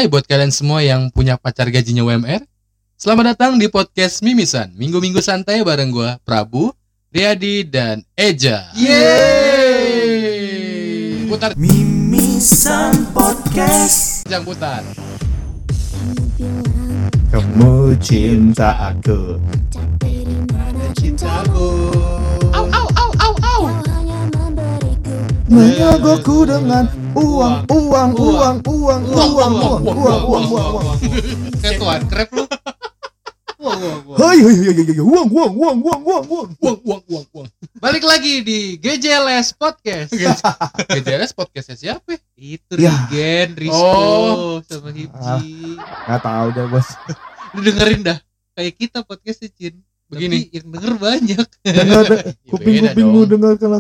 Hai buat kalian semua yang punya pacar gajinya UMR. Selamat datang di podcast Mimisan. Minggu-minggu santai bareng gua Prabu, Riyadi, dan Eja. Yeay. Putar Mimisan Podcast. Jangan putar. Kamu cinta aku. Cintaku. Au au au au au. Menyogoku dengan uang. Kayak tuan krep lu. Hai, uang. Uang. Balik lagi di GJLS Podcast. GJLS Podcastnya siapa? Itu Ya. Rigen, Rizko, Oh. sama Hipji. Nggak tahu deh bos. Lu dengerin dah. Kayak kita podcastnya, Cin. Begini. Tapi yang denger banyak. Kuping-kupingmu dong. dengarkanlah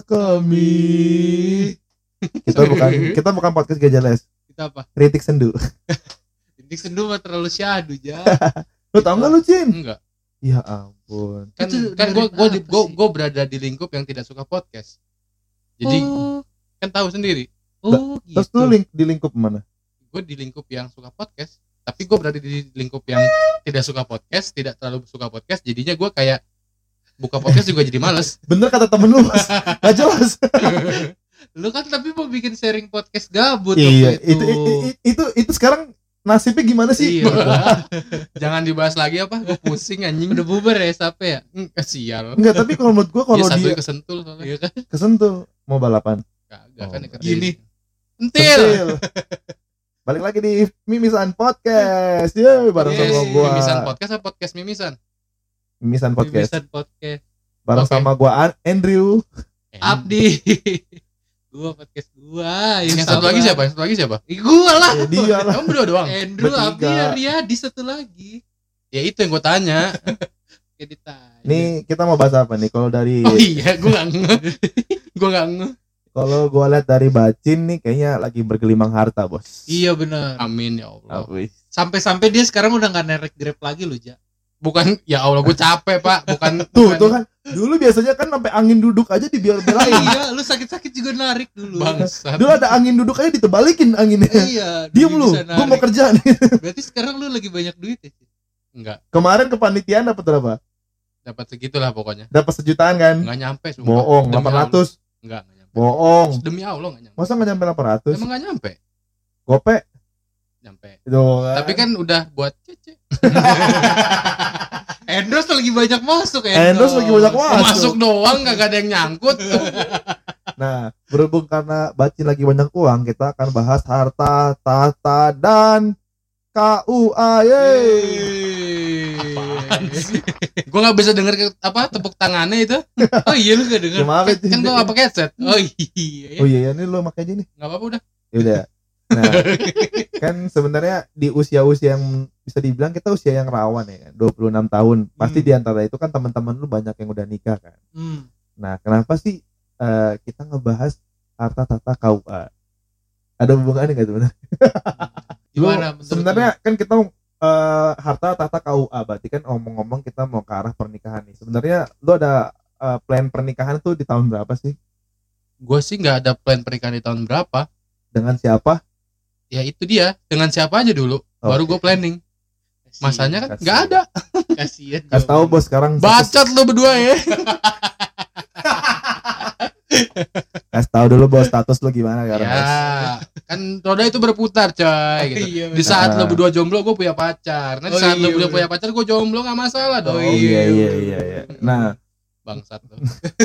kami. Kita bukan podcast GJLS. Kita apa? Kritik sendu. Intik sendu mah terlalu syahdu, Ja. Lu tau nggak lu Cin? Enggak. Ya ampun. Kan Itu gue dengerin apa sih? berada di lingkup yang tidak suka podcast. Jadi kan tahu sendiri. Terus gitu. lu di lingkup mana? Gue di lingkup yang suka podcast, tapi gue berada di lingkup yang tidak suka podcast, tidak terlalu suka podcast. Jadinya gue kayak buka podcast juga jadi males. Bener kata temen lu bos. Gak jelas. Lu kan tapi mau bikin sharing podcast gabut Iya, waktu itu sekarang nasibnya gimana sih? Iya. Jangan dibahas lagi apa? Gue pusing anjing. Udah bubar ya sampai ya? Sial. Enggak, tapi kalau menurut gua kalau Dia dia satu kesentul soalnya. Iya kan? kesentuh mau balapan. Kagak kan Oh, deket gini. Entil. Sentil. Balik lagi di Mimisan Podcast. Yeay, bareng Yeay. sama gua. Mimisan podcast apa podcast mimisan? Mimisan Podcast. Mimisan podcast. Bareng Oke. sama gua Andrew. Abdi. Gua podcast gua. Yang satu lagi siapa? Yang satu lagi siapa? Gua lah. Dia lah. Kamu berdua doang. Andrew, Bertiga. Abdi, dan Riyadi satu lagi. Ya itu yang gue tanya. Kayak ditanya. Nih kita mau bahas apa nih? Kalau dari Oh iya, gue nggak ngeh. Gue nggak ngeh. kalau gua lihat dari Bacin nih kayaknya lagi bergelimang harta, Bos. Iya benar. Amin ya Allah. Wih. Sampai-sampai dia sekarang udah nggak narik Grab lagi lu, Ja. Bukan ya Allah, gue capek pak. Bukan. Tuh kan. Dulu biasanya kan sampai angin duduk aja dibiar-biarain. Iya, lu sakit-sakit juga narik dulu. Bangsat. Dulu ada angin duduk aja ditebalikin anginnya. Iya. Diem dulu lu, bisa gua mau narik. kerja nih. Berarti sekarang lu lagi banyak duit ya? Cin? Enggak. Kemarin kepanitiaan dapat berapa? Dapat segitulah pokoknya. Dapat sejutaan kan? Enggak nyampe. Sumpah. Bohong, Demi Allah. 800. Enggak nyampe. Bohong. Demi Allah enggak nyampe. Masa nggak nyampe 800? Emang enggak nyampe. Gope. Nyampe. Itu Tapi kan udah buat cece. Endorse lagi banyak masuk Endorse lagi banyak masuk. Masuk doang kagak ada yang nyangkut. Nah, berhubung karena Bacin lagi banyak uang, kita akan bahas harta, tahta, dan KUA. Gue nggak bisa denger apa tepuk tangannya itu. Oh iya lu gak denger? Gimana Kan gue nggak pakai headset. Oh iya. Oh iya, ini lo pakai aja nih. Nggak apa-apa udah. Ya udah. Nah, kan sebenarnya di usia-usia yang bisa dibilang kita usia yang rawan ya kan, 26 tahun. Pasti di antara itu kan teman-teman lu banyak yang udah nikah kan. Nah, kenapa sih kita ngebahas harta tahta KUA? Ada hubungannya nggak sebenarnya? Gimana? Lu, sebenarnya kan kita harta tahta KUA, berarti kan ngomong-ngomong kita mau ke arah pernikahan nih. Sebenarnya lu ada plan pernikahan tuh di tahun berapa sih? Gue sih nggak ada plan pernikahan di tahun berapa. Dengan siapa? Ya itu dia. Dengan siapa aja dulu. Baru gue planning. Masanya kan nggak ada. Kasian. Kasih tahu bos sekarang. Bacot lu berdua ya. Kasih tahu dulu bos status lu gimana sekarang. Bos. Ya, kan roda itu berputar coy gitu. Iya, Di saat benar. lo berdua jomblo gue punya pacar. Nah di Oh, saat lo iya, berdua benar. punya pacar gue jomblo nggak masalah dong. Oh, Oh iya. Nah, Bangsat lo.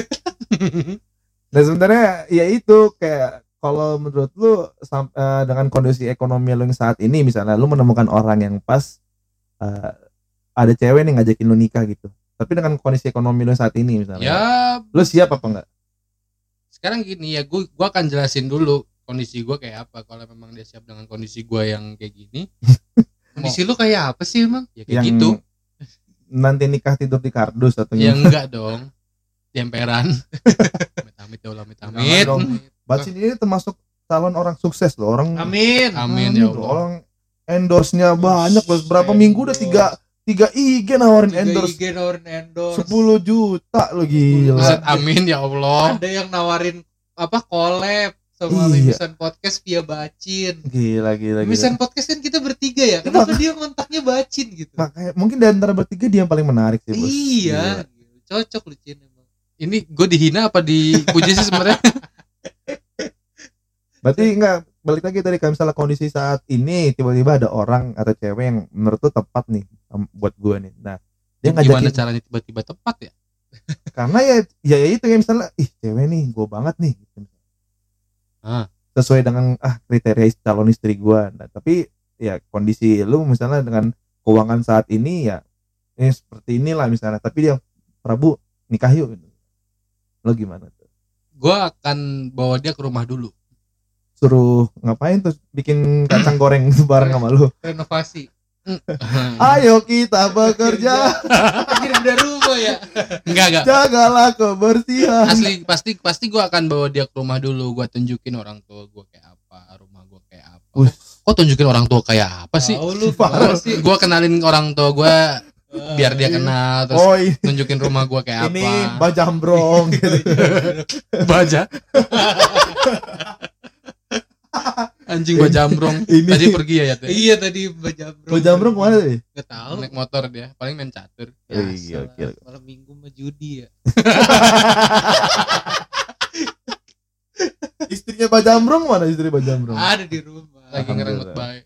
nah sebenarnya ya itu kayak kalau menurut lu dengan kondisi ekonomi lu yang saat ini, misalnya lu menemukan orang yang pas, ada cewek nih ngajakin lu nikah gitu, tapi dengan kondisi ekonomi lu saat ini misalnya, Ya lu siap apa enggak? sekarang gini ya, gue akan jelasin dulu kondisi gue kayak apa. Kalau memang dia siap dengan kondisi gue yang kayak gini, Kondisi lu kayak apa sih emang? ya kayak Yang gitu. nanti nikah tidur di kardus atau Ya gimana? enggak dong. Di emperan. Amit-amit ya Allah, amit-amit. Jangan dong. Bacin ini termasuk calon orang sukses loh, orang Amin. Amin ya loh, Allah. orang endorse-nya banyak loh. Berapa minggu udah tiga IG nawarin endorse IG nawarin endorse. 10 juta lo gila. Buset, amin ya Allah. Ada yang nawarin apa collab sama Iya. Mimisan Podcast via Bacin. Gila. Mimisan Podcast kan kita bertiga bertiga ya? Kenapa dia kontaknya Bacin gitu? Makanya mungkin di antara bertiga dia yang paling menarik sih, Bos. Iya, cocok lu Cin emang. Ini gue dihina apa dipuji sih sebenarnya? Berarti enggak, balik lagi tadi kalau misalnya kondisi saat ini tiba-tiba ada orang atau cewek yang menurut tuh tepat nih buat gue nih. Nah, dia Gimana ngajakin caranya tiba-tiba tepat ya? karena ya itu kayak misalnya cewek nih gue banget nih gitu. Sesuai dengan kriteria calon istri gue. Nah, tapi ya kondisi lu misalnya dengan keuangan saat ini ya seperti inilah misalnya, tapi dia Prabu nikah yuk gitu. Lo gimana tuh? Gue akan bawa dia ke rumah dulu. Suruh ngapain tuh, bikin kacang goreng bareng sama lu. Renovasi. Ayo kita bekerja. Akhirnya udah rumah ya. Enggak. Jagalah kebersihan. Asli pasti gue akan bawa dia ke rumah dulu. Gue tunjukin orang tua gue kayak apa, rumah gue kayak apa. Kok tunjukin orang tua kayak apa sih? Gue kenalin orang tua gue biar dia kenal, terus tunjukin rumah gue kayak ini apa. Ini Bajambrong gitu. Baja. Anjing Bajambrong. Tadi pergi ya Yat? Iya tadi Bajambrong. Bajambrong kemana tadi? Gak tahu. Naik motor dia, paling main catur. Iya. Malam minggu mah judi ya. Istrinya Bajambrong mana, istri Bajambrong? Ada di rumah. Lagi ngerengut baik.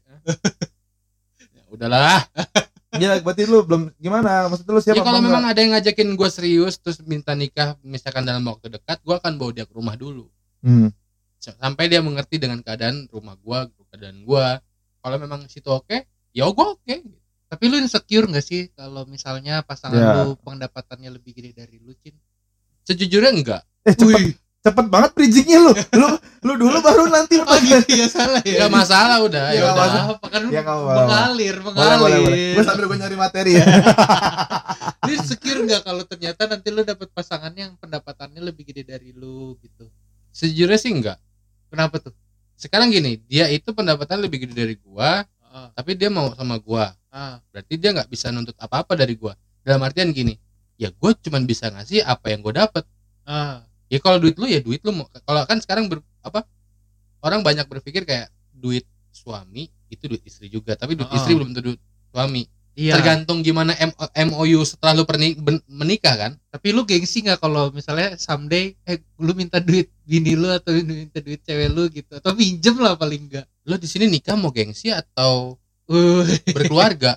Ya udahlah. Ya berarti lu belum gimana? Maksud lu siapa? Ya kalau memang ada yang ngajakin gue serius terus minta nikah misalkan dalam waktu dekat, gue akan bawa dia ke rumah dulu. Sampai dia mengerti dengan keadaan rumah gue, keadaan gue. Kalau memang situ oke, ya gue oke. Tapi lu insecure nggak sih kalau misalnya pasangan lu pendapatannya lebih gede dari lu, Cin? Sejujurnya enggak. Cepet banget bridgingnya lu. Lu dulu baru nanti. Ya salah ya. Gak masalah udah. Ya udah. Kan mengalir. Gue sambil gue nyari materi ya. Lu insecure nggak kalau ternyata nanti lu dapet pasangan yang pendapatannya lebih gede dari lu gitu? Sejujurnya sih enggak. Kenapa tuh? Sekarang gini, dia itu pendapatan lebih gede dari gua, tapi dia mau sama gua. Berarti dia nggak bisa nuntut apa-apa dari gua. Dalam artian gini, ya gua cuma bisa ngasih apa yang gua dapet. Ya kalau duit lu ya duit lu. Kalau kan sekarang orang banyak berpikir kayak duit suami itu duit istri juga, tapi duit istri belum tentu duit suami. Iya. Tergantung gimana MOU setelah lu menikah kan. Tapi lu gengsi nggak kalau misalnya someday lu minta duit bini lu atau minta duit cewek lu gitu, atau pinjem lah paling enggak. Lu di sini nikah mau gengsi atau berkeluarga?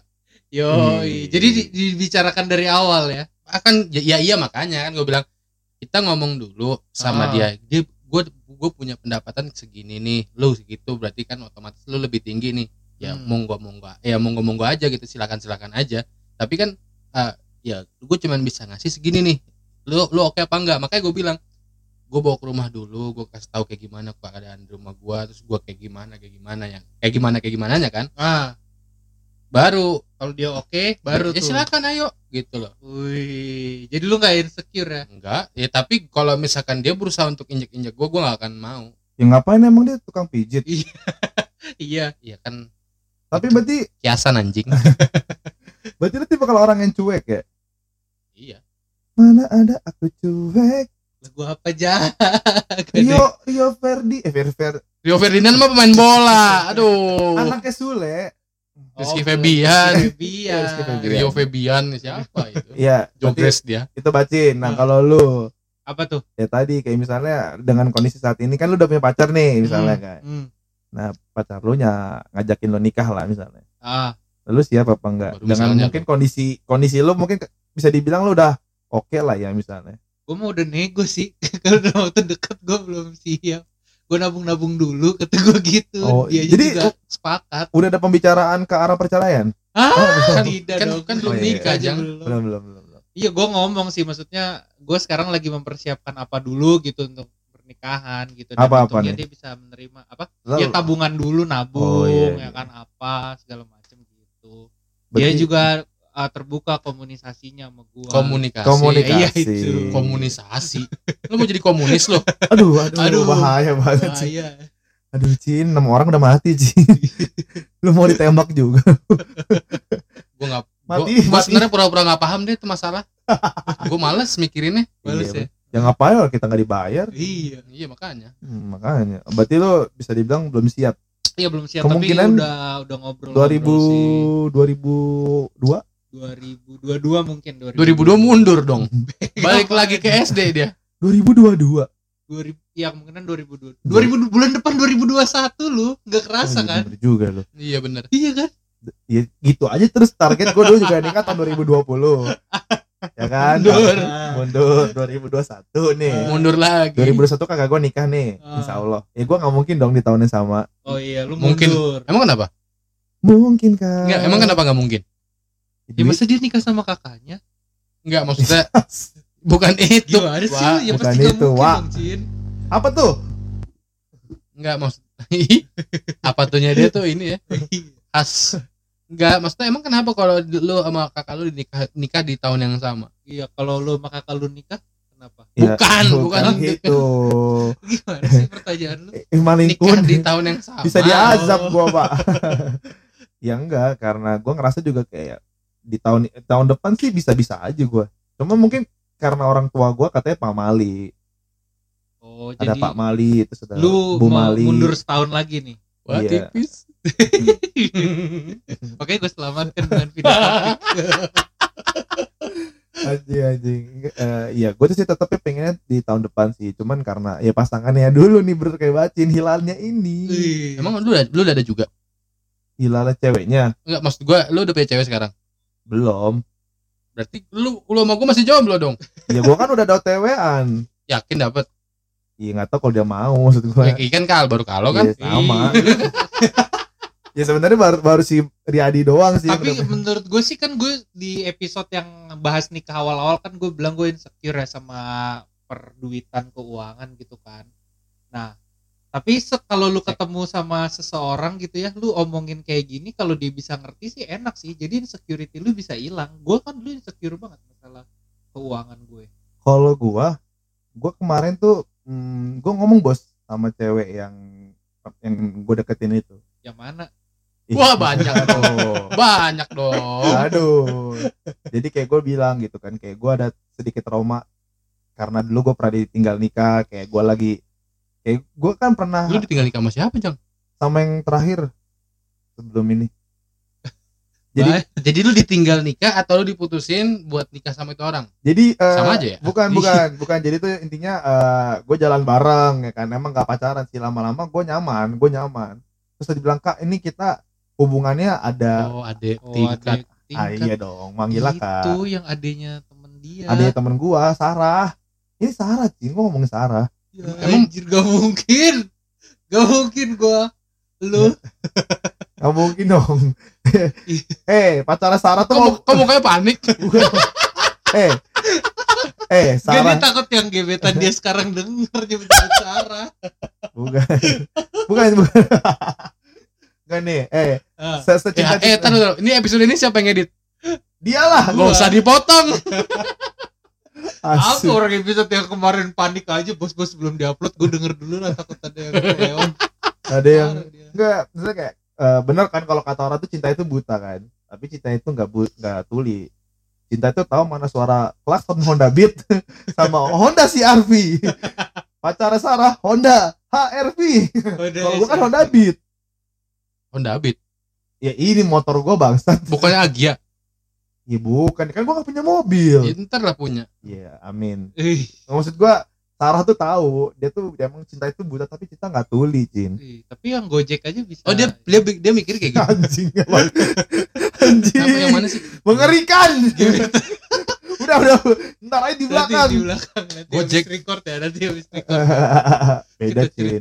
Jadi dibicarakan dari awal ya. Akan ya iya makanya kan gue bilang kita ngomong dulu sama dia. Gue punya pendapatan segini nih, lu segitu, berarti kan otomatis lu lebih tinggi nih. Ya monggo aja gitu, silakan aja. Tapi kan ya gue cuman bisa ngasih segini nih. Lu oke apa enggak? Makanya gue bilang gue bawa ke rumah dulu, gue kasih tahu kayak gimana keadaan di rumah gue, terus gue kayak gimana ya kan. Baru kalau dia oke, baru ya silakan ayo gitu loh. Wih, jadi lu nggak insecure ya? Enggak, ya tapi kalau misalkan dia berusaha untuk injek gue nggak akan mau. Ya ngapain emang dia tukang pijit? Iya kan. Tapi berarti kiasan anjing. Berarti lu tipe kalau orang yang cuek ya? Iya. Mana ada aku cuek. Lagu apa aja? Rio Ferdinand mah pemain bola. Aduh. Anaknya Sule. Rizky Febian. Rio Febian siapa itu? Iya. Jogres dia. Itu Bacin. Nah kalau lu apa tuh? Ya tadi kayak misalnya dengan kondisi saat ini kan lu udah punya pacar nih misalnya kan. Nah pacar lu ngajakin lu nikah lah misalnya. Lu siap apa enggak? Dengan mungkin kondisi lu mungkin bisa dibilang lu udah oke lah ya misalnya. Gue mau udah nego sih. Kalau udah waktu deket gue belum siap. Gue nabung dulu kata gue gitu. Dia jadi juga sepakat. Udah ada pembicaraan ke arah perceraian? Tidak dong. Kan belum nikah aja. Belum. Iya gue ngomong sih, maksudnya gue sekarang lagi mempersiapkan apa dulu gitu untuk pernikahan gitu. Dan apa untungnya nih? Dia bisa menerima apa? Ya tabungan dulu, nabung ya kan apa segala macam gitu. Dia juga terbuka komunikasinya sama gue. Komunikasi. Iya itu. Komunisasi. Lo mau jadi komunis lo? Aduh bahaya banget sih. Aduh Cin, 6 orang udah mati Cin. Lu mau ditembak juga. Gue nggak. Gue sebenarnya pura-pura nggak paham deh itu masalah. Gue males mikirinnya. Males ya. Ya ngapain kita nggak dibayar? Iya makanya. Makanya. Berarti lo bisa dibilang belum siap. Iya belum siap, kemungkinan tapi udah ngobrol 2002 mungkin 2002 mundur dong. Balik lagi ke SD dia. 2022 ya kemungkinan 2000 bulan depan 2021 lu nggak kerasa kan? Bener juga lu. Iya bener. Iya kan? Ya gitu aja terus target gue dulu juga nikah tahun 2020. Ya kan? Mundur 2021 nih. Mundur lagi. 2021 kagak gue nikah nih, insya Allah. Ya gue nggak mungkin dong di tahun yang sama. Oh iya, lu mungkin. Mundur. Emang kenapa? Mungkin kan? Enggak, emang kenapa nggak mungkin? Ya masa dia nikah sama kakaknya? Enggak, maksudnya bukan itu. Gimana sih lu? Ya bukan pasti nggak itu, mungkin Wak. dong, Cin. Apa tuh? Enggak maksud. Apa tuhnya dia tuh ini ya? Khas. Enggak, maksudnya emang kenapa kalau lu sama kakak lu nikah di tahun yang sama? Iya, kalau lu sama kakak lu nikah kenapa? Ya, bukan gitu. Gimana sih pertanyaan lu? Nikah di tahun yang sama. Bisa diazab gua, Pak. Ya enggak, karena gua ngerasa juga kayak di tahun depan sih bisa-bisa aja gua. Cuma mungkin karena orang tua gua katanya Pak Mali. Oh, ada jadi Pak Mali, itu sudah lu Bu mau Mali. mundur setahun lagi nih. Wah, Iya. tipis. Oke, gue selamatkan dengan video topik. Anjing. Iya, gue tuh sih tetapnya pengennya di tahun depan sih. Cuman karena ya pasangannya dulu nih bro kayak bacin hilalnya ini. Emang lu udah ada juga? Hilalnya ceweknya? Enggak, maksud gua lu udah punya cewek sekarang? Belum. Berarti lu sama gua masih jomblo dong. Ya gue kan udah ada OTW-an. Yakin dapet? Iya nggak tahu kalau dia mau, maksud gue. Ya, ikan baru kalau kan. Iya, sama. Ya sebenarnya baru si Riyadi doang sih. Tapi menurut gue sih kan gue di episode yang bahas nikah awal-awal kan gue bilang gue insecure ya sama perduitan keuangan gitu kan. Nah, tapi kalau lu ketemu sama seseorang gitu ya, lu omongin kayak gini, kalau dia bisa ngerti sih enak sih. Jadi insecurity lu bisa hilang. Gue kan dulu insecure banget masalah keuangan gue. Kalau gue kemarin tuh gue ngomong bos sama cewek yang gue deketin itu. Yang mana? Wah, banyak dong. Banyak dong. Aduh. Jadi kayak gue bilang gitu kan, kayak gue ada sedikit trauma karena dulu gue pernah ditinggal nikah. Kayak gue kan pernah. Lu ditinggal nikah sama siapa, Jang? Sama yang terakhir sebelum ini. Jadi lu ditinggal nikah atau lu diputusin buat nikah sama itu orang? Jadi sama aja ya? Bukan. Jadi tuh intinya gue jalan bareng ya kan. Emang gak pacaran sih, lama-lama gue nyaman. Terus dia bilang, "Kak, ini kita hubungannya ada." Oh, tingkat. Iya dong, manggil lah Kak. Itu yang adenya temen dia. Adanya temen gue, Sarah. Ini Sarah sih, gue ngomongin Sarah. Ya, emang anjir, gak mungkin gue lu. Gak mungkin dong. Pacarnya Sarah tuh kok mukanya panik? Sarah. Dia takut yang gebetan dia sekarang denger dia menyebut Sarah. Bukan. Enggak nih. Ini episode ini siapa yang edit? Dialah. Gak usah dipotong. Apa orang episode yang kemarin panik aja bos-bos belum diupload, gue denger dulu lah, takut ada yang keon. Ada yang enggak, maksudnya kayak bener kan kalau kata orang tuh cinta itu buta kan. Tapi cinta itu enggak tuli. Cinta itu tahu mana suara klakson Honda Beat sama Honda CR-V. Pacar Sarah Honda HR-V. Kalau gue kan Honda Beat. Honda Beat. Ya ini motor gue bangsat. Bukannya Agia. Ya bukan, kan gue gak punya mobil. Ya, ntar lah punya. Iya, amin. Maksud gue Sarah tuh tahu dia emang cinta itu buta, tapi cinta nggak tuli, Cin. Tapi yang Gojek aja bisa. Oh dia mikir kayak gitu. Anjing. Anjing. Apa yang mana sih? Mengerikan. udah. Ntar aja di belakang. Nanti Gojek record ya, nanti habis record. Beda, Cin.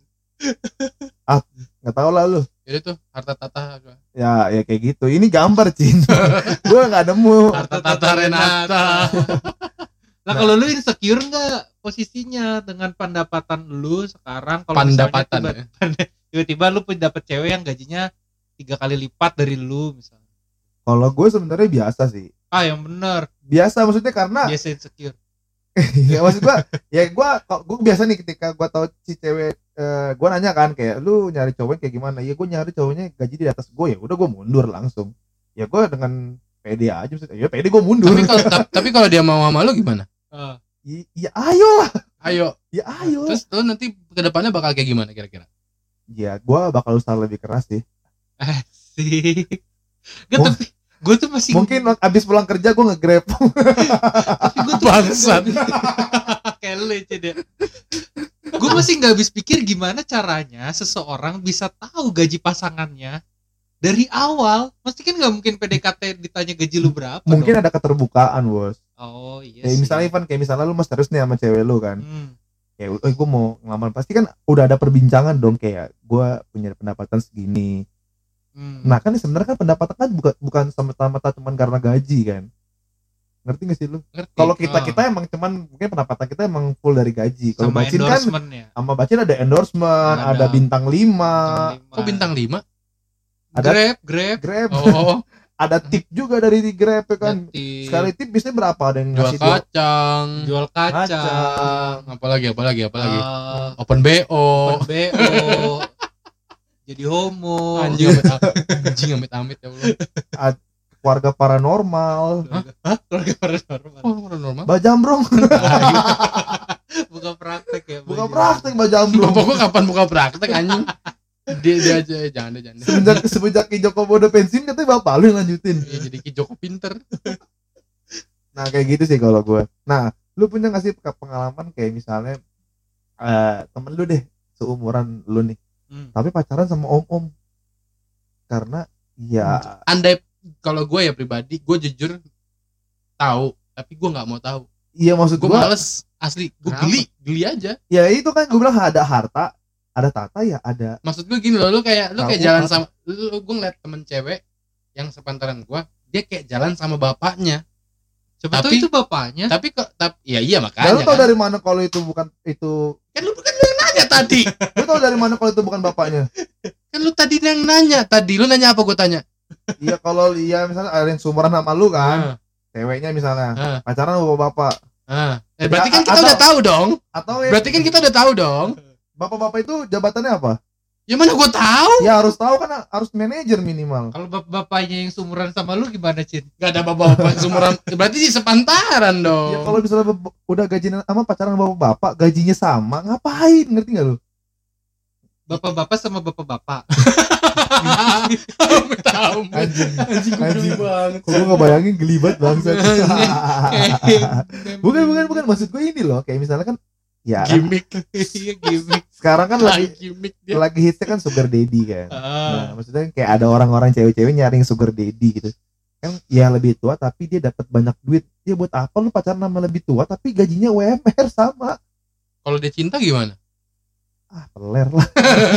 Nggak tahu lah lu. Jadi tuh harta tata. Ya kayak gitu. Ini gambar, Cin. Gue nggak nemu. Harta tata Renata. Nah, kalau lu insecure nggak posisinya dengan pendapatan lu sekarang? Kalau pendapatan tiba-tiba lu dapet cewek yang gajinya 3 kali lipat dari lu misalnya. Kalau gue sebenarnya biasa sih. Yang benar. Biasa maksudnya karena. Biasa insecure. Ya maksud gue, gue biasa nih ketika gue tahu si cewek, gue nanya kan kayak lu nyari cowok kayak gimana? Ya gue nyari cowoknya gaji di atas gue, ya udah gue mundur langsung. Ya gue dengan pede aja maksudnya. Ya pede gue mundur. Tapi kalau dia mau sama lu gimana? Ya ayo lah. Ayo. Ya ayo. Terus nanti kedepannya bakal kayak gimana kira-kira? Ya gue bakal usaha lebih keras sih. Asik. Gak, tapi gue tuh masih mungkin abis pulang kerja gue nge-grab. tapi gue tuh Bangsat. kayak lucu deh. Gue masih nggak habis pikir gimana caranya seseorang bisa tahu gaji pasangannya dari awal. Mesti kan nggak mungkin PDKT ditanya gaji lu berapa. Mungkin dong. ada keterbukaan, bos. Oh iya Kayak sih. misalnya Ivan, kayak misalnya lu mas terus nih sama cewek lu kan. Ya gue mau ngelamar, pasti kan udah ada perbincangan dong, kayak gue punya pendapatan segini. Nah kan sebenarnya kan pendapatan kan bukan semata-mata cuman karena gaji kan. Ngerti gak sih lu? Kalau kita emang cuman mungkin pendapatan kita emang full dari gaji. Kalau Bacin kan sama Bacin ada endorsement, ada bintang 5. Kok bintang 5? Ada Grab. Oh, ada tip juga dari Grab ya kan. Sekali tip biasanya berapa? Ada yang jual ngasih jual kacang. Apalagi. Open BO. Jadi homo. Anjing amit-amit ya Allah. Keluarga paranormal. Hah? Keluarga paranormal. Paranormal. Bajambrong. Buka praktek ya. Buka praktek Bajambrong. Bapak gua kapan buka praktek anjing? Dia aja jangan. Semenjak Ki Joko udah pensiun katanya bapak lu yang lanjutin. Ya, jadi Ki Joko pinter. Nah kayak gitu sih kalau gue. Nah lu punya nggak sih pengalaman kayak misalnya temen lu deh seumuran lu nih, tapi pacaran sama om-om karena ya andai kalau gue ya pribadi, gue jujur tahu, tapi gue nggak mau tahu. Iya maksud gue males asli, gue geli aja. Ya itu kan gue bilang ada harta, ada tata ya ada. Maksud gue gini loh, lu kayak jalan sama, gue ngeliat temen cewek yang sepantaran gue, dia kayak jalan sama bapaknya. Tapi itu bapaknya. Tapi iya makanya. Lu tau dari mana kalau itu bukan itu? Kan lu yang nanya tadi. Lu tau dari mana kalau itu bukan bapaknya? Kan lu tadi yang nanya tadi, lu nanya apa gue tanya? Iya kalau iya misalnya ada yang seumuran sama lu kan, ceweknya misalnya pacaran sama bapak. Berarti kan kita udah tahu dong. Berarti kan kita udah tahu dong. Bapak-bapak itu jabatannya apa? Ya mana gue tahu? Ya harus tahu kan, harus manajer minimal. Kalau bapaknya yang seumuran sama lu gimana, Cin? Gak ada bapak-bapak seumuran. Berarti sih sepantaran dong. Ya kalau misalnya udah gajinya sama pacaran sama bapak, gajinya sama, ngapain? Ngerti gak lu? Bapak-bapak sama bapak-bapak. Anjing banget. Kok gue ngebayangin gelibat banget. Bukan maksud gue ini loh, kayak misalnya kan ya gimmick. Sekarang kan lagi hitsnya kan sugar daddy kan. Nah maksudnya kayak ada orang-orang cewek-cewek nyaring sugar daddy gitu kan, ya lebih tua tapi dia dapat banyak duit. Ya buat apa lu pacaran sama lebih tua tapi gajinya UMR sama? Kalau dia cinta gimana? Peler lah.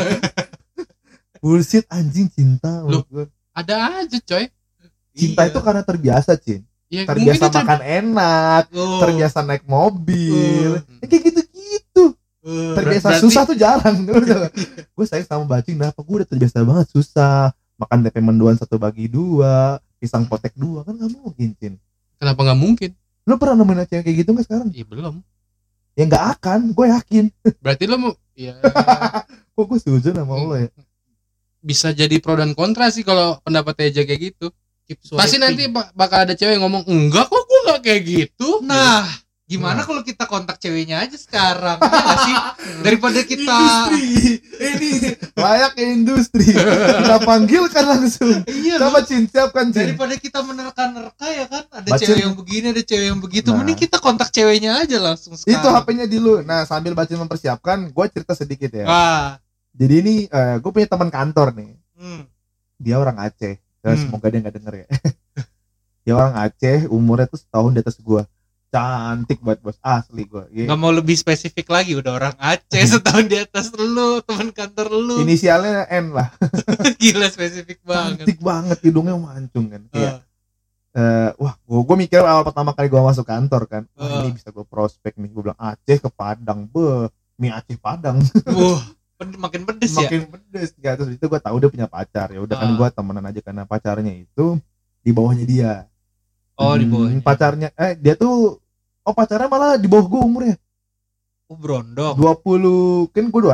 Bullshit anjing cinta. Loh, ada aja coy. Cinta itu karena terbiasa, Cin. Ya, terbiasa makan enak, terbiasa naik mobil, kayak gitu-gitu. Terbiasa susah tuh jarang. Gue sayang sama Bacing, kenapa gue udah terbiasa banget susah. Makan tempe mendoan 1 bagi 2, pisang potek 2, kan gak mungkin, Cin. Kenapa gak mungkin? Lu pernah nemuin cewek kayak gitu gak sekarang? Iya belum. Ya gak akan, gue yakin. Berarti lo mau ya. Kok gue setuju sama lo ya? Bisa jadi pro dan kontra sih kalau pendapat Eja kayak gitu. Pasti nanti bakal ada cewek yang ngomong enggak kok gue nggak kayak gitu. Nah gimana kalau kita kontak ceweknya aja sekarang ya gak sih, daripada kita industri ini layak ke industri kita panggil kan langsung. Iya sama Cin, siapkan Cin. Daripada kita menerka-nerka ya kan, ada cewek yang begini, ada cewek yang begitu. Mending kita kontak ceweknya aja langsung sekarang. Itu HP-nya dulu. Nah sambil Bacin mempersiapkan, gue cerita sedikit ya. Jadi ini gue punya teman kantor nih. Dia orang Aceh. Semoga dia nggak denger ya. Dia orang Aceh, umurnya tuh setahun di atas gue. Cantik banget bos, asli gue. Nggak mau lebih spesifik lagi, udah orang Aceh setahun di atas lu, teman kantor lu. Inisialnya N lah. Gila spesifik banget. Cantik banget, hidungnya mancung kan. Kayak wah, gue mikir awal pertama kali gue masuk kantor kan, wah ini bisa gue prospek nih. Gue bilang Aceh ke Padang, mie Aceh Padang. Makin pedes ya. Makin pedes. Ya, terus itu gue tahu dia punya pacar. Ya udah kan gue temenan aja karena pacarnya itu di bawahnya dia. Oh di bawahnya. Pacarnya dia tuh pacarnya malah di bawah gue umurnya. Berondong. 20 kan gue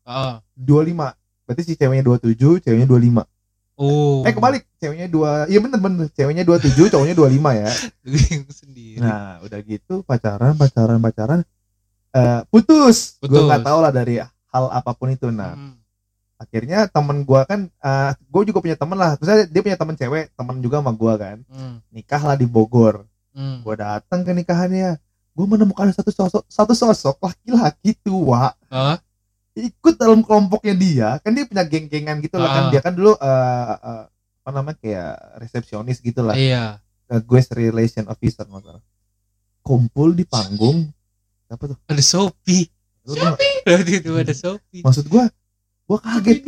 26. 25. Berarti si ceweknya 27, ceweknya 25. Kebalik, ceweknya 2. Iya bener. Ceweknya 27, cowoknya 25 ya. Sendiri. Nah, udah gitu pacaran. Putus. Gue enggak tahu lah dari hal apapun itu. Nah. Akhirnya temen gue kan, gue juga punya temen lah, terus dia punya temen cewek, temen juga sama gue kan, nikah lah di Bogor. Gue datang ke nikahannya, gue menemukan satu sosok laki-laki tua, ikut dalam kelompoknya dia, kan dia punya geng-gengan gitu lah kan, dia kan dulu apa namanya kayak resepsionis gitulah, guest relation officer nggak salah, kumpul di panggung, apa tuh? Ada Shopee. Itu ada Shopee. Maksud gue kaget.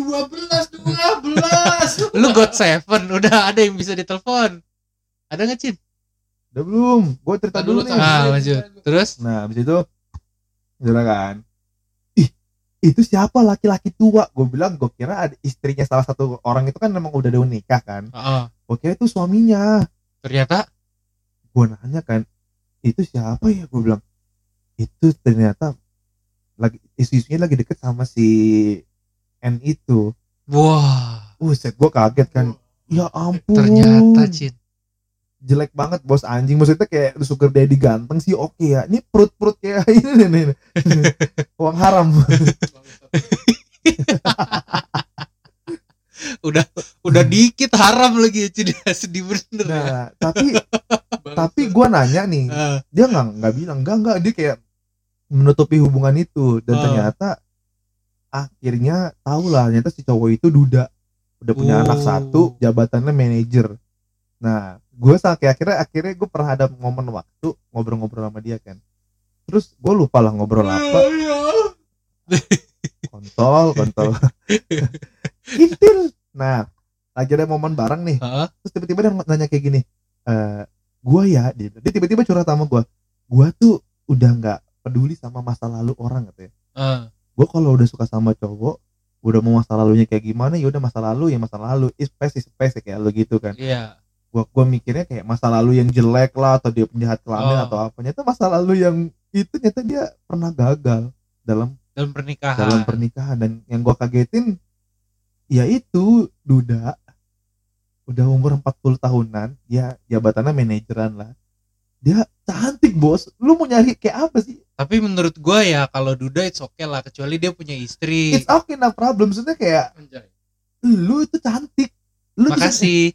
12. Lu God Seven udah ada yang bisa ditelepon. Ada nggak, Cin? Udah belum? Gue cerita dulu nih. Lanjut. Terus? Nah, habis itu udah kan. Itu siapa laki-laki tua? Gue bilang, gue kira ada istrinya salah satu orang itu kan memang udah nikah kan. Gue kira itu suaminya. Ternyata gue nanya kan, itu siapa ya? Gue bilang, itu ternyata lagi isu-isunya lagi deket sama si N itu. Wah. Set gue kaget kan. Ya ampun. Ternyata, Cin. Jelek banget bos, anjing. Maksudnya kayak sugar daddy ganteng sih oke ya. Ini perut kayak ini nih. Uang haram. udah dikit haram lagi ya, Cin. Sedih bener. Nah, tapi gue nanya nih, dia nggak bilang enggak, dia kayak menutupi hubungan itu, dan ternyata akhirnya tahu lah, ternyata si cowok itu duda, udah punya anak satu, jabatannya manajer. Nah, gue sampai akhirnya gue pernah ada momen waktu ngobrol-ngobrol sama dia kan, terus gue lupa lah ngobrol apa, kontol kintil. Nah, lagi ada momen bareng nih, terus tiba-tiba dia nanya kayak gini, gue ya, dia tiba-tiba curhat sama gue tuh udah nggak peduli sama masa lalu orang katanya. Gue kalau udah suka sama cowok, udah mau masa lalunya kayak gimana, ya udah masa lalu space kayak lo gitu kan. Gue mikirnya kayak masa lalu yang jelek lah, atau dia penjahat kelamin atau apa. Ternyata masa lalu yang itu ternyata dia pernah gagal dalam pernikahan. Dan yang gue kagetin ya itu duda, udah umur 40 tahunan, ya jabatannya manajeran lah. Dia cantik bos, lu mau nyari kayak apa sih? Tapi menurut gua ya kalau duda it's okay lah, kecuali dia punya istri. It's okay, no problem. Maksudnya kayak lu itu cantik, lu makasih.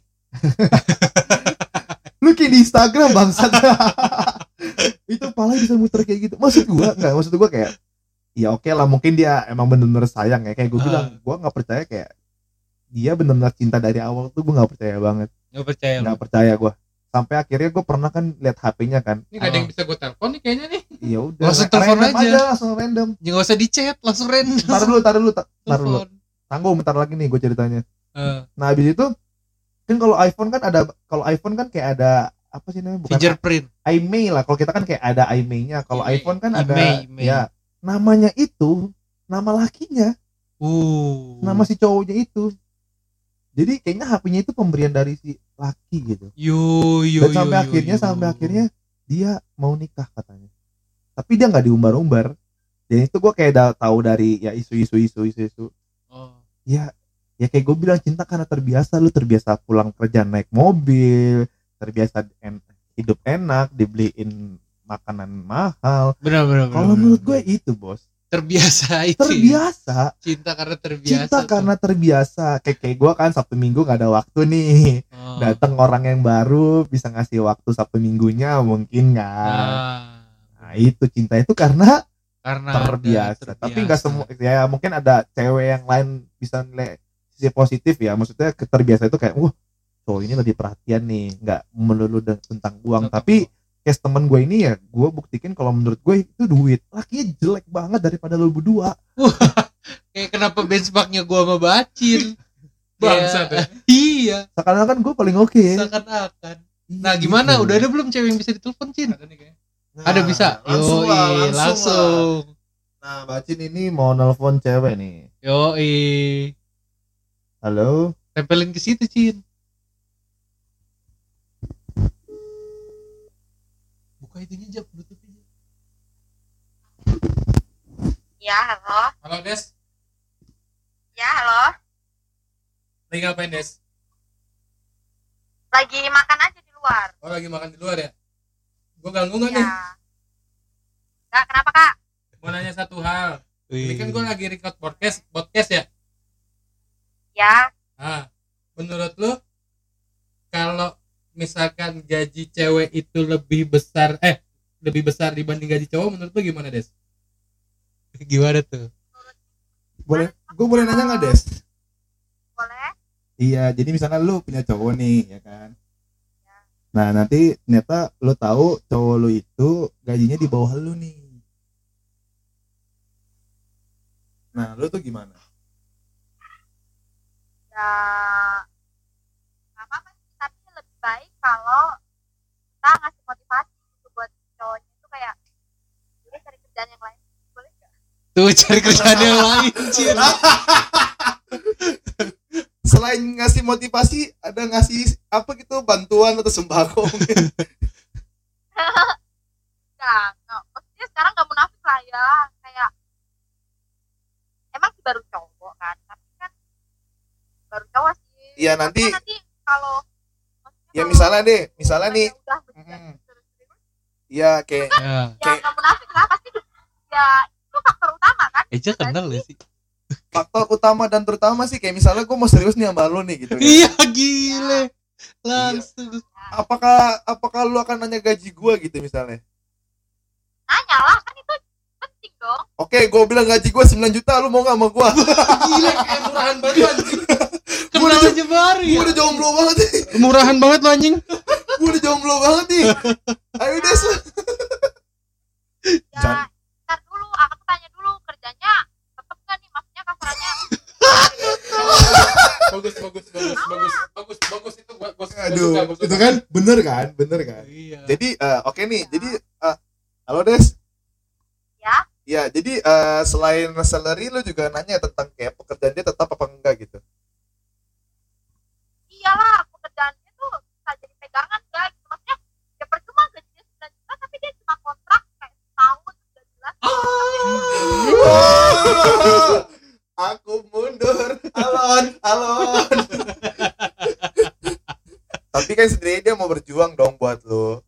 Lu kayak di Instagram bangsat. Itu pala bisa muter kayak gitu. Maksud gua kayak ya oke lah, mungkin dia emang bener-bener sayang ya. Kayak gue bilang, gua nggak percaya kayak dia bener-bener cinta dari awal tuh, gua nggak percaya banget. Nggak percaya gua. Sampai akhirnya gue pernah kan lihat HP-nya kan. Ini gak ada yang bisa gue telepon nih kayaknya nih. Ya udah. Langsung telepon aja. Langsung random. Jangan usah di chat, langsung random. Tar dulu. Tangguh bentar lagi nih gue ceritanya. Nah, habis itu kan kalau iPhone kan kayak ada apa sih namanya? Bukan fingerprint. iMeil lah. Kalau kita kan kayak ada iMeil-nya. Kalau iPhone kan ada ya namanya itu nama lakinya. Nama si cowoknya itu. Jadi kayaknya HP-nya itu pemberian dari si laki gitu. Dan sampai akhirnya dia mau nikah katanya. Tapi dia nggak diumbar-umbar. Dan itu gue kayak tahu dari ya isu-isu. Ya kayak gue bilang, cinta karena terbiasa. Lu terbiasa pulang kerja naik mobil, terbiasa hidup enak, dibeliin makanan mahal. Benar. Kalau menurut gue itu bos. Terbiasa. Cinta karena terbiasa. Kayak gue kan Sabtu Minggu nggak ada waktu nih. Datang orang yang baru bisa ngasih waktu Sabtu Minggunya mungkin kan. Nah itu cinta itu karena terbiasa. Tapi nggak semua ya, mungkin ada cewek yang lain bisa nilai sisi positif ya. Maksudnya keterbiasa itu kayak cowok ini lebih perhatian nih, nggak melulu tentang uang. Tapi case temen gue ini ya, gue buktikan kalau menurut gue itu duit. Lakinya jelek banget daripada lu berdua. Kayak kenapa benchmarknya gue sama Bacin. Bangsat ya. Iya. Seakan-akan gue paling oke. Seakan-akan. Nah gimana? Gitu. Udah ada belum cewek yang bisa ditelepon, Cin? Ada nih kayaknya. Ada bisa. Langsung. Nah, Bacin ini mau nelpon cewek nih. Halo. Tempelin ke situ, Cin. Buka itunya aja, Bluetooth-nya. Ya, halo. Halo, Des. Ya, halo. Lagi ngapain, Des? Lagi makan aja di luar. Oh, lagi makan di luar ya? Gue ganggu gak nih? Gak, kenapa Kak? Mau nanya satu hal. Ini kan gue lagi record podcast ya? Ya, Menurut lu kalau misalkan gaji cewek itu lebih besar dibanding gaji cowok, menurut lu gimana, Des? Gimana tuh? Gue boleh nanya nggak, Des? boleh. Iya, jadi misalnya lu punya cowok nih, ya kan? Nah, nanti ternyata lu tahu cowok lu itu gajinya di bawah lu nih. Nah, lu tuh gimana? Ya, nggak apa-apa sih, tapi lebih baik kalau kita ngasih motivasi gitu buat cowoknya itu kayak udah cari kerjaan yang lain, boleh nggak? Tuh cari kerjaan yang lain, Cir. Selain ngasih motivasi, ada ngasih apa gitu, bantuan atau sembako mungkin? Nggak, maksudnya sekarang nggak munafik lah ya, kayak emang sih baru cowok kan, tapi kan baru cowok sih. Iya, nanti kalau ya misalnya nih, udah ya kayak ya nggak munafik lah, pasti ya itu faktor utama kan. Eja kenal gak sih? faktor utama dan terutama sih, kayak misalnya gue mau serius nih sama lu nih gitu kan. Iya, gile. Langsung. Apakah lu akan nanya gaji gue gitu misalnya? Nanya lah, kan itu penting dong. Oke, gue bilang gaji gue 9 juta, lu mau gak sama gue? Gila, kayak murahan banget lu, anjing. Kenal aja baru ya. Gue udah jomblo banget nih. Murahan banget lu, anjing. Gue udah jomblo banget nih. Ayo Des. Ya, ntar dulu, aku tanya dulu kerjanya tetep gak nih, maksudnya kasarannya. Bagus itu gua Aduh, suka, gua suka. itu kan bener kan? Iya. Jadi oke nih, jadi halo Des. Ya. Ya, jadi selain salary lu juga nanya tentang kayak pekerjaan dia tetap apa enggak gitu. Iyalah, pekerjaannya tuh bisa jadi pegangan guys, maksudnya ya percuma gajinya 9 juta tapi dia cuma kontrak kayak setahun udah jelas. Aku mundur, alon. Tapi kan sebenarnya dia mau berjuang dong buat lu.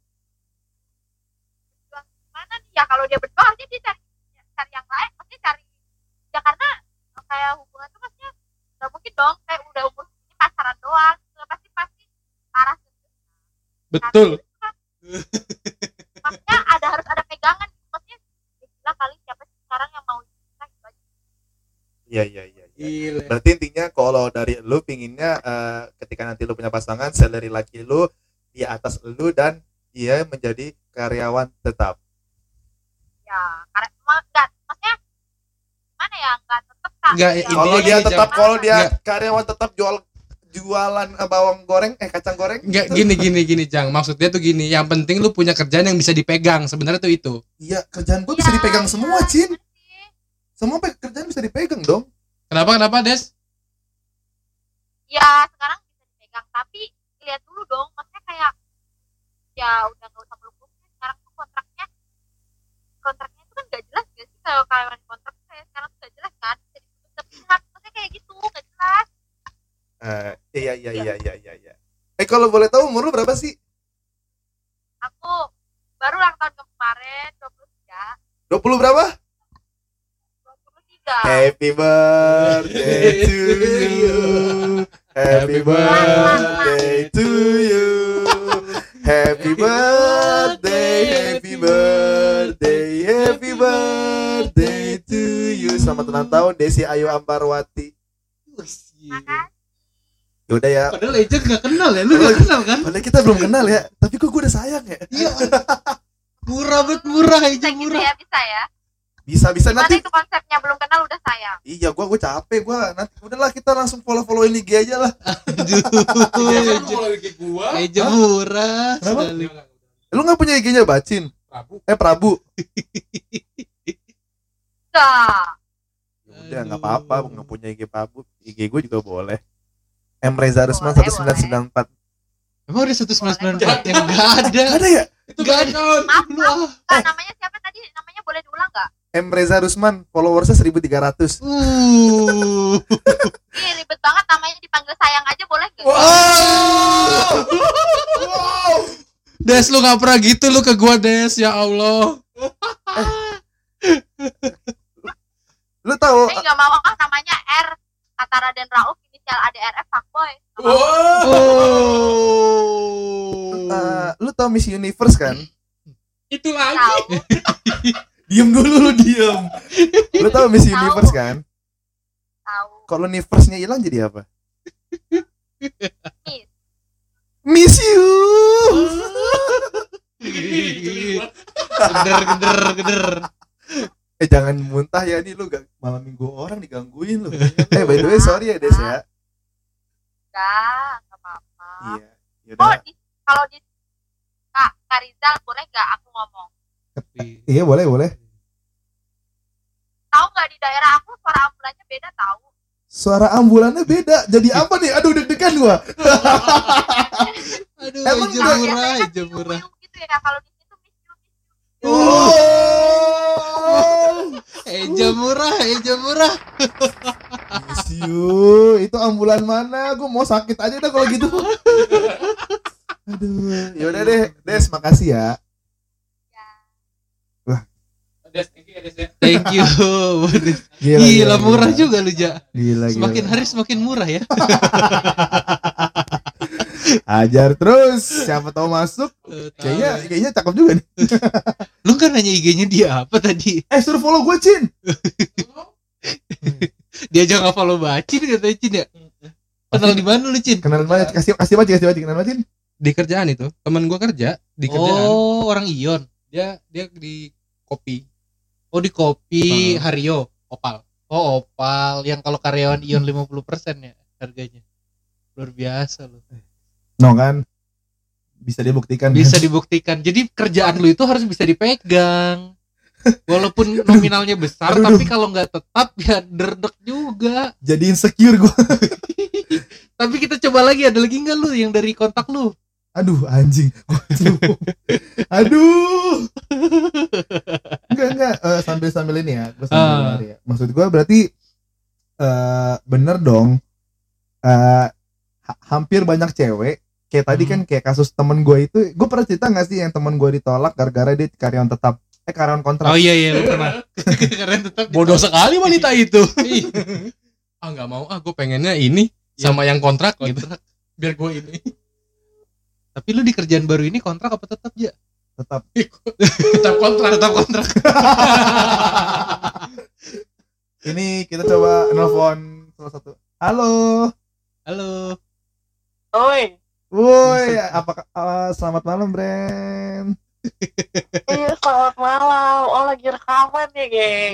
Gimana nih ya, kalau dia berjuang harusnya dia cari yang lain, maksudnya cari ya, karena kayak hubungan tuh maksudnya nggak mungkin dong kayak udah umur ini pacaran doang, pasti arah ke situ. Betul. Maksudnya harus ada pegangan, maksudnya ya gila kali siapa sih sekarang yang mau nikah gitu aja. Iya. Gile. Berarti intinya kalau dari lu pinginnya ketika nanti lu punya pasangan, salary laki lu di atas lu dan dia menjadi karyawan tetap. Ya karena enggak, maksudnya gimana ya, enggak tetep kan Enggak, ya, Kalau Intinya dia gini, tetap, Jam. kalau dia Nggak. karyawan tetap jualan bawang goreng, kacang goreng. Enggak, gitu. gini Jang. Maksudnya tuh gini, yang penting lu punya kerjaan yang bisa dipegang. Sebenarnya tuh itu. Iya, kerjaan gua bisa Ya, dipegang semua, iya, Cin. bener sih. Semua kerjaan bisa dipegang dong. Kenapa, Des? Ya sekarang bisa dipegang, tapi lihat dulu dong, maksudnya kayak ya udah nggak usah muluk-muluk, sekarang tuh kontraknya itu kan nggak jelas gak sih, kalau karyawan kontrak kayak sekarang tuh nggak jelas kan, bisa diputus sepihak, maksudnya kayak gitu nggak jelas. Iya. Kalau boleh tahu umur lu berapa sih? Aku baru ulang tahun kemarin 23. 20 berapa? 23. Happy birthday to you. Happy birthday to you. Happy birthday, happy birthday, happy birthday to you. Selamat ulang tahun Desi Ayu Ambarwati. Makasih. Yaudah ya. Padahal Eja gak kenal ya, lu gak kenal kan? Padahal kita belum kenal ya, tapi kok gue udah sayang ya. Iya. Murah Eja, Bisa gitu murah. ya, bisa ya. Bisa Gimana nanti. itu konsepnya, belum kenal udah sayang. Iya, gue capek, nanti udahlah kita langsung follow-followin IG aja lah. Aduh, Eja murah. Kenapa? sekali. Lu nggak punya IG-nya Bacin? Prabu. Enggak. Udah nggak apa-apa, nggak punya IG Prabu. IG gue juga boleh. Reza Rusman Boleh, 1994. Emang udah 1994 yang gak ada. Ada ya? Itu gak ada. Maaf, Lu ah. Enggak, namanya siapa tadi? Namanya boleh diulang enggak? Reza Rusman, followersnya 1300. Ih, ribet banget namanya, dipanggil sayang aja boleh enggak? Wow. Des, lu gak pernah gitu lu ke gua, Des. Ya Allah. Lu tahu? Enggak mau namanya R kata Raden Rauf, inisialnya inisial ADRF fuckboy. Lu tau Miss Universe kan? Itu Tahu. lagi. Diem dulu lu diem. Lu tau Miss Universe kan? Tahu. Kalau universe-nya hilang jadi apa? Miss. Miss you. Geder. Jangan muntah ya, nih lu gak malam minggu orang digangguin lu. By the way sorry ya Des ya. Enggak apa-apa. Iya. Yaudah. Kalau di Kak Rizal boleh nggak aku ngomong? Iya boleh. Tahu nggak di daerah aku suara ambulannya beda tahu. Suara ambulannya beda. Jadi apa nih? Aduh deg-degan gua. Aduh, Emang Eja udah- murah. Minum gitu ya. Kalau di situ miss you. Oh. Eja murah. Miss you. Itu ambulan mana? Gua mau sakit aja dah kalau gitu. Aduh. Yaudah deh, Des, makasih ya. Thank you. Gila, Gila murah juga lu, Ja. Gila. Semakin hari semakin murah ya. Ajar terus. Siapa tahu masuk. Kayaknya cakep juga nih. Lu kan nanya IG-nya dia apa tadi? Suruh follow gue, Cin. Dia aja nggak follow Bacin katanya, Cin ya. Kenal di mana lu, Cin? Kenalan banget. Kasih baca. Kenalan Cin. Di kerjaan itu, teman gua kerja di kerjaan. Oh, orang Ion. Dia di kopi. Oh, di kopi Hmm. Hario, Opal. Oh, Opal yang kalau karyawan Ion 50% ya harganya. Luar biasa lu. No kan? Bisa dibuktikan. Bisa dibuktikan. Jadi kerjaan lu itu harus bisa dipegang. Walaupun nominalnya besar, Aduh. tapi kalau nggak tetap ya derdek juga. Jadi insecure gue. Tapi kita coba lagi, ada lagi nggak lu yang dari kontak lu? Aduh anjing. Aduh. Enggak. Sambil ini ya. Gue sambil nyari ya. Maksud gue berarti bener dong. Hampir banyak cewek. Kayak tadi kan kayak kasus temen gue itu. Gue pernah cerita gak sih yang temen gue ditolak gara-gara dia karyawan tetap. Karyawan kontrak. Oh iya lu pernah. Karena tetap Bodoh sekali wanita itu. Nggak mau. Gue pengennya ini sama yang kontrak gitu. Biar gue ini. Tapi lu di kerjaan baru ini kontrak apa tetap ya? Tetap. Tetap kontrak. Ini kita coba nelfon salah satu. Halo. Oi, Woi, selamat malam, Bren. iya selamat malam. Oh lagi rekaman ya, geng.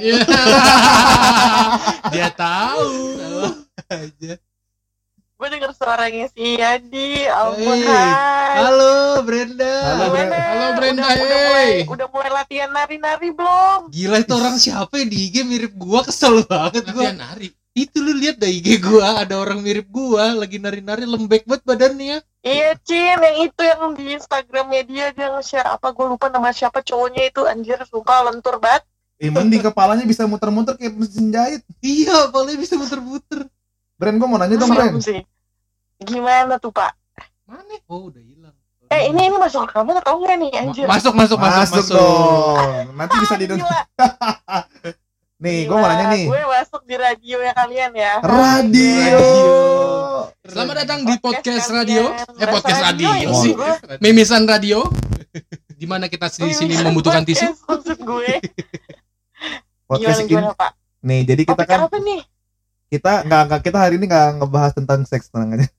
Dia tahu. Aja. Gue denger suaranya si Yadi. Ampun, Hey. hai. Halo Brenda. Halo, Gimana? Halo, Brenda, Udah mulai latihan nari-nari belum? Gila itu orang siapa ya di IG mirip gua, kesel banget gua. Latihan nari. Itu lu lihat dah IG gua, ada orang mirip gua lagi nari-nari lembek banget badannya. Iya, Cin, yang itu yang di Instagramnya dia nge-share apa, gue lupa nama siapa cowoknya itu, anjir, sumpah lentur banget. Mending kepalanya bisa muter-muter kayak mesin jahit. Iya, paling bisa muter-muter. Bren, gue mau nanya dong, Serem Bren. sih. Gimana tuh, Pak? Mana? Oh, udah hilang. Ini masuk rekaman atau enggak nih, anjir? Masuk Dong. Nanti bisa didengar. Gila. Nih, gue mau nanya nih. Gue masuk di radio ya kalian ya. Radio. Selamat datang di podcast radio. kalian. Podcast Rasa radio radio sih. gue. Mimisan radio. Di mana kita di sini membutuhkan tisu. Podcast maksud gue. Podcast ini. Gimana, Pak? Nih, jadi kita Topik kan apa nih? kita hari ini nggak ngebahas tentang seks, tenang aja.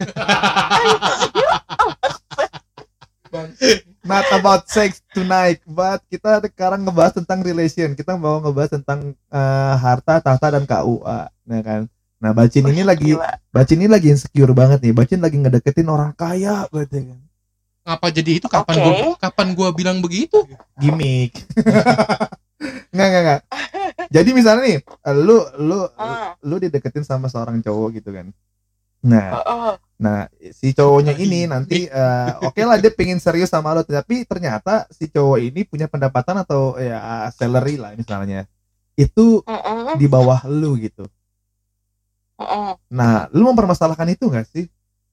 Not about sex tonight, but kita sekarang ngebahas tentang relation. Kita mau ngebahas tentang harta, tahta, dan KUA, nah kan. Nah, Bacin ini lagi insecure banget nih. Bacin lagi ngedeketin orang kaya, berarti kan. Ngapa jadi itu? Oke. Kapan gua bilang begitu? Gimik. Nggak. Jadi misalnya nih, lu dideketin sama seorang cowok gitu kan. Nah, si cowoknya ini nanti oke lah dia pengen serius sama lo, tapi ternyata si cowok ini punya pendapatan atau ya salary lah misalnya itu di bawah lu gitu. Nah, lu mempermasalahkan itu nggak sih?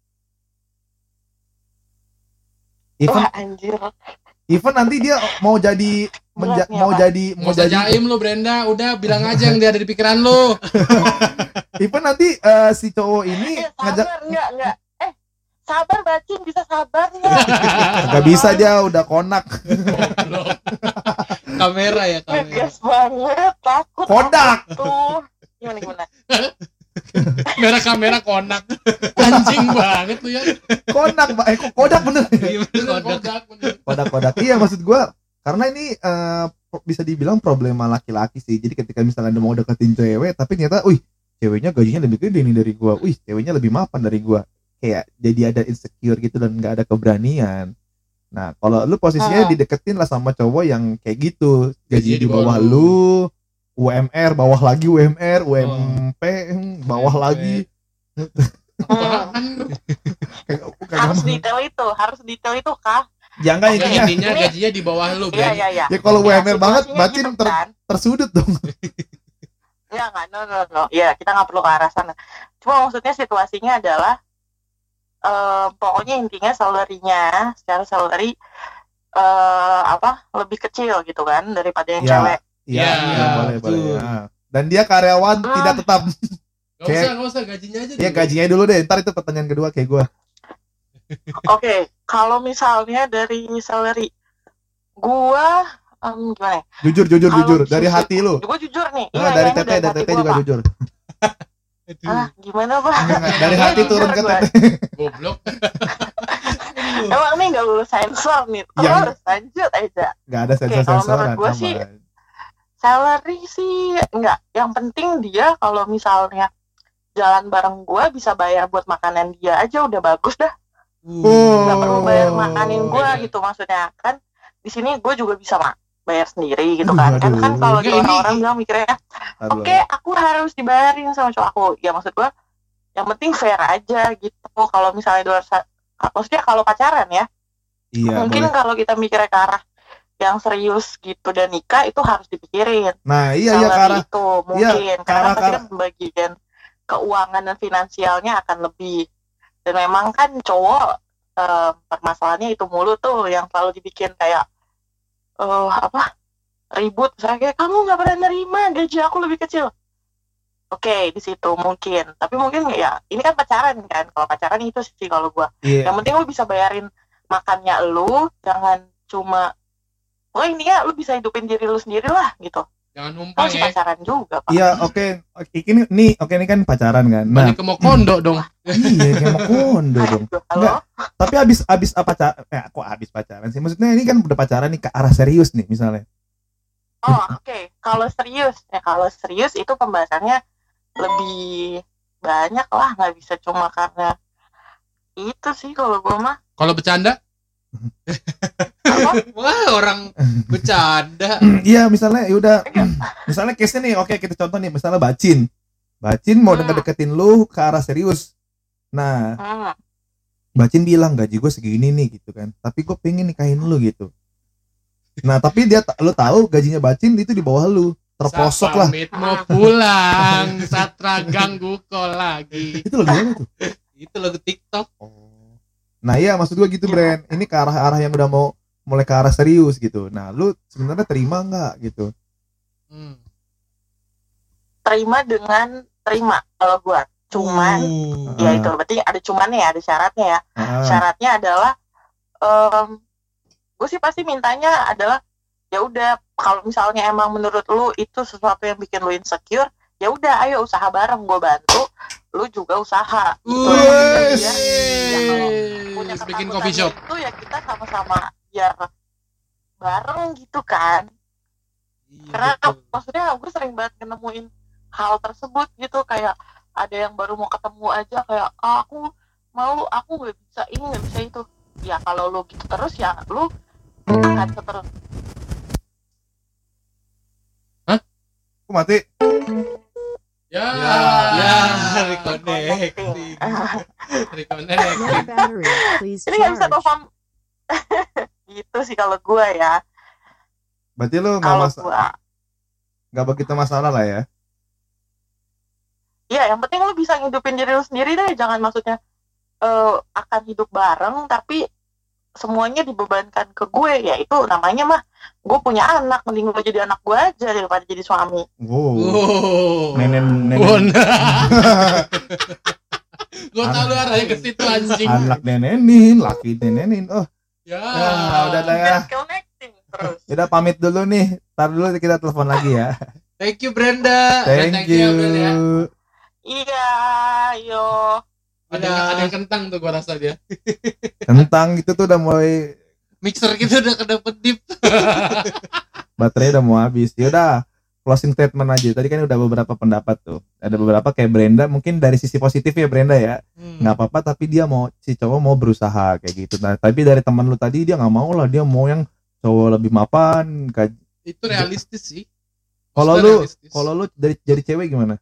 Wah, anjir. Even nanti dia mau jadi Beratnya, mau Pak. jadi Mau usah jaim lu, Brenda. Udah bilang aja yang dia ada di pikiran lu. Even nanti si cowok ini ngajak sabar enggak. Sabar Bacin, bisa sabar enggak? nggak bisa, dia udah konak. Kamera ya, kamera. Ngegas banget, takut. Kodak. Tuh. Gimana? Kamera konak. Anjing banget tuh ya. Konak, kok kodak bener. Kodak. Iya, maksud gua karena ini bisa dibilang problema laki-laki sih. Jadi ketika misalnya mau deketin cewek tapi ternyata ceweknya gajinya lebih gede nih dari gua. Ceweknya lebih mapan dari gua. Kayak jadi ada insecure gitu dan nggak ada keberanian. Nah, kalau lu posisinya dideketin lah sama cowok yang kayak gitu, gaji di bawah lu, UMR bawah lagi, UMR, UMP bawah lagi. Harus detail itu kah? Ya enggak, intinya gajinya di bawah lu, Bren. Iya. Ya kalau UMR banget, Bacin gitu, kan? tersudut dong. Ya enggak, no. Ya, kita nggak perlu ke arah sana. Cuma maksudnya situasinya adalah pokoknya intinya secara salary lebih kecil gitu kan daripada yang cewek. Iya, boleh. Nah, dan dia karyawan tidak tetap. Gak usah gajinya aja. Iya, gajinya dulu deh. Ntar itu pertanyaan kedua kayak gue. Oke, kalau misalnya dari salary gua gimana ya? Jujur dari hati lu. Gue jujur nih. Dari teteh juga jujur. Gimana Pak? Dari hati turun ke teteh. Goblok. Emang nih nggak lulus sensor nih. Terus lanjut aja. Nggak ada Kalau menurut gue sih salary sih enggak. Yang penting dia kalau misalnya jalan bareng gue bisa bayar buat makanan dia aja udah bagus dah. Nggak perlu bayar makanin gue gitu, maksudnya kan di sini gue juga bisa bayar sendiri gitu kan. Kan kalau orang bilang mikirnya oke, aku harus dibayarin sama cowok aku. Ya maksud gue yang penting fair aja gitu. Kalau misalnya maksudnya kalau pacaran ya, mungkin kalau kita mikirnya ke arah yang serius gitu dan nikah itu harus dipikirin. Nah iya ke arah itu mungkin karena pasti kan pembagian keuangan dan finansialnya akan lebih. Dan memang kan cowok permasalahannya itu mulu tuh yang selalu dibikin kayak ribut. Saya kayak kamu nggak pernah nerima gaji aku lebih kecil. Oke, di situ mungkin. Tapi mungkin ya ini kan pacaran kan. Kalau pacaran itu sih kalau gua. Yang penting lu bisa bayarin makannya lu, jangan cuma intinya lu bisa hidupin diri lu sendiri lah gitu. Jangan numpang ya. Pacaran juga, Pak. Iya, oke. Ini kan pacaran kan. Nah, balik ke mau kondo dong. Iya, kayak mau kondo dong. Enggak. Tapi abis kok abis pacaran sih? Maksudnya ini kan udah pacaran nih ke arah serius nih misalnya. Oke. Kalau serius itu pembahasannya lebih banyak lah, nggak bisa cuma karena itu sih kalau gue mah. Kalau bercanda? Wah, orang bercanda. Iya, misalnya yaudah misalnya case-nya nih, oke kita contoh nih, misalnya Bacin mau deketin lu ke arah serius. Nah, Bacin bilang gaji gue segini nih gitu kan, tapi gue pengen nikahin lu gitu. Nah tapi lu tahu gajinya Bacin itu di bawah lu, terposok lah. Pamit mau pulang, Satra ganggu kau lagi. Itu lagu apa tuh? Itu lagu TikTok. Nah iya, maksud gue gitu Bren, ini ke arah yang udah mau mulai ke arah serius gitu. Nah lu sebenarnya terima nggak gitu? Terima kalau gue, cuman ya itu berarti ada cumannya, ada syaratnya ya. Syaratnya adalah gue sih pasti mintanya adalah ya udah, kalau misalnya emang menurut lu itu sesuatu yang bikin lu insecure, ya udah ayo usaha bareng, gue bantu, lu juga usaha. Punya bikin coffee shop itu ya kita sama-sama biar bareng gitu kan. Karena maksudnya gue sering banget nemuin hal tersebut gitu, kayak ada yang baru mau ketemu aja kayak aku malu, aku nggak bisa ini nggak bisa itu. Ya kalau lu gitu terus ya lu akan seterus. Aku mati. Ya, reconnecting. Ini nggak bisa telepon. Gitu sih kalau gue ya. Berarti lu nggak begitu masalah lah ya? Iya, yang penting lu bisa ngidupin diri lu sendiri deh. Jangan maksudnya akan hidup bareng tapi semuanya dibebankan ke gue, ya itu namanya mah gue punya anak, mending gue jadi anak gue aja daripada jadi suami. Nenen. Gue tahu lu arahnya ke situ anjing. Anak nenenin, laki nenenin. Ya, udah ya. Connecting terus. Udah pamit dulu nih. Ntar dulu kita telepon lagi ya. Thank you Brenda. Thank you. Ya. Iya, yo. Ada yang kentang tuh gua rasa dia. Kentang gitu tuh udah mulai Mixer kita udah kedapet deep. baterai udah mau habis. Yaudah, closing statement aja. Tadi kan udah beberapa pendapat tuh. Ada beberapa kayak Brenda, mungkin dari sisi positif ya Brenda ya. Nggak apa-apa, tapi dia mau, si cowok mau berusaha kayak gitu. Nah, tapi dari teman lu tadi dia nggak mau lah, dia mau yang cowok lebih mapan. Itu realistis sih. Kalau lu dari cewek gimana?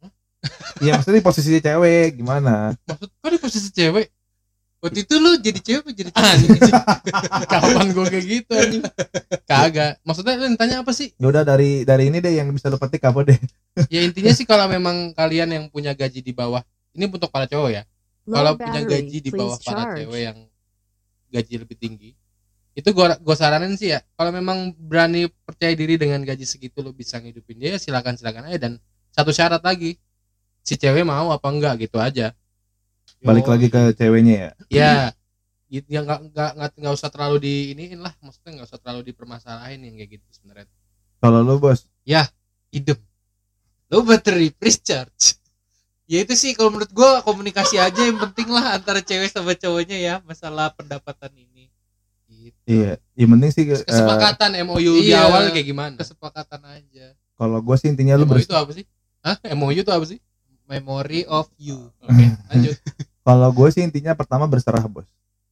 Iya, maksudnya di posisi cewek gimana? Maksud kok di posisi cewek? Waktu itu lu jadi cewek apa jadi cewek? Kapan gue kayak gitu anjing? Kagak. Maksudnya lu tanya apa sih? Ya udah dari ini deh yang bisa lu petik apa deh? Ya intinya sih kalau memang kalian yang punya gaji di bawah, ini untuk para cowok ya. Kalau punya gaji di bawah para cewek yang gaji lebih tinggi, itu gue saranin sih ya, kalau memang berani percaya diri dengan gaji segitu lo bisa ngidupin dia, silakan aja. Dan satu syarat lagi, si cewek mau apa enggak gitu aja. Balik lagi ke ceweknya ya. Ya nggak usah terlalu diiniin lah, maksudnya nggak usah terlalu dipermasalahin yang kayak gitu sebenarnya. Kalau lu bos, ya hidup lo battery please charge. Ya itu sih kalau menurut gue komunikasi aja yang penting lah antara cewek sama cowoknya ya, masalah pendapatan ini gitu. Iya, yang penting sih kesepakatan MOU di awal kayak gimana, kesepakatan aja. Kalau gue sih intinya lu MOU itu apa sih? MOU itu apa sih? Memory of you. Oke, lanjut. Kalau gue sih intinya pertama berserah bos.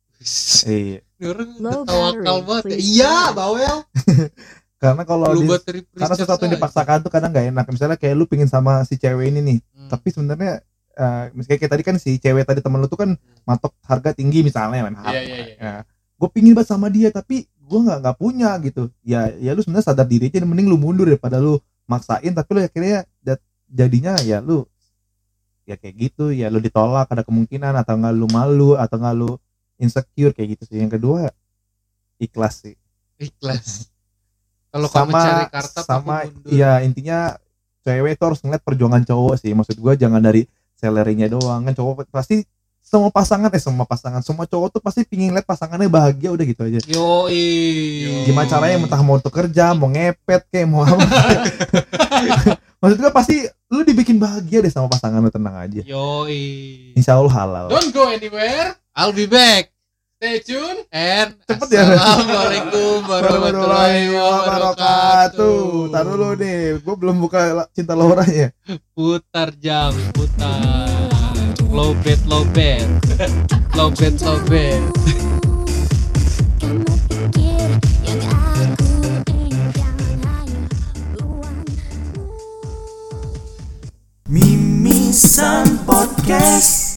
Iya. Tawakal banget. Iya, bawel. Karena kalau karena sesuatu yang dipaksakan tuh kadang nggak enak. Misalnya kayak lu pingin sama si cewek ini nih, tapi sebenarnya misalnya kayak tadi kan si cewek tadi temen lu tuh kan matok harga tinggi misalnya main harga. Nah, gue pingin banget sama dia tapi gue nggak punya gitu. Ya lu sebenarnya sadar diri aja, mending lu mundur daripada lu maksain tapi lu akhirnya jadinya ya lu ya kayak gitu, ya lu ditolak, ada kemungkinan atau nggak lu malu atau nggak lu insecure kayak gitu sih. Yang kedua ikhlas sih. Ikhlas. Kalau kamu cari karta sama ya intinya cewek itu harus ngeliat perjuangan cowok sih. Maksud gue jangan dari salary-nya doang, kan cowok pasti semua cowok tuh pasti pingin lihat pasangannya bahagia, udah gitu aja. Gimana caranya, entah mau tuh kerja, mau ngepet kayak mau apa. Maksud gue pasti lu dibikin bahagia deh sama pasangan lu, tenang aja. Insya Allah halal. Don't go anywhere, I'll be back. Stay tune and cepet ya. Assalamualaikum warahmatullahi wabarakatuh. Taruh dulu nih, gue belum buka Cinta Lauranya. Putar jam, putar. Lobet. Mimisan Podcast.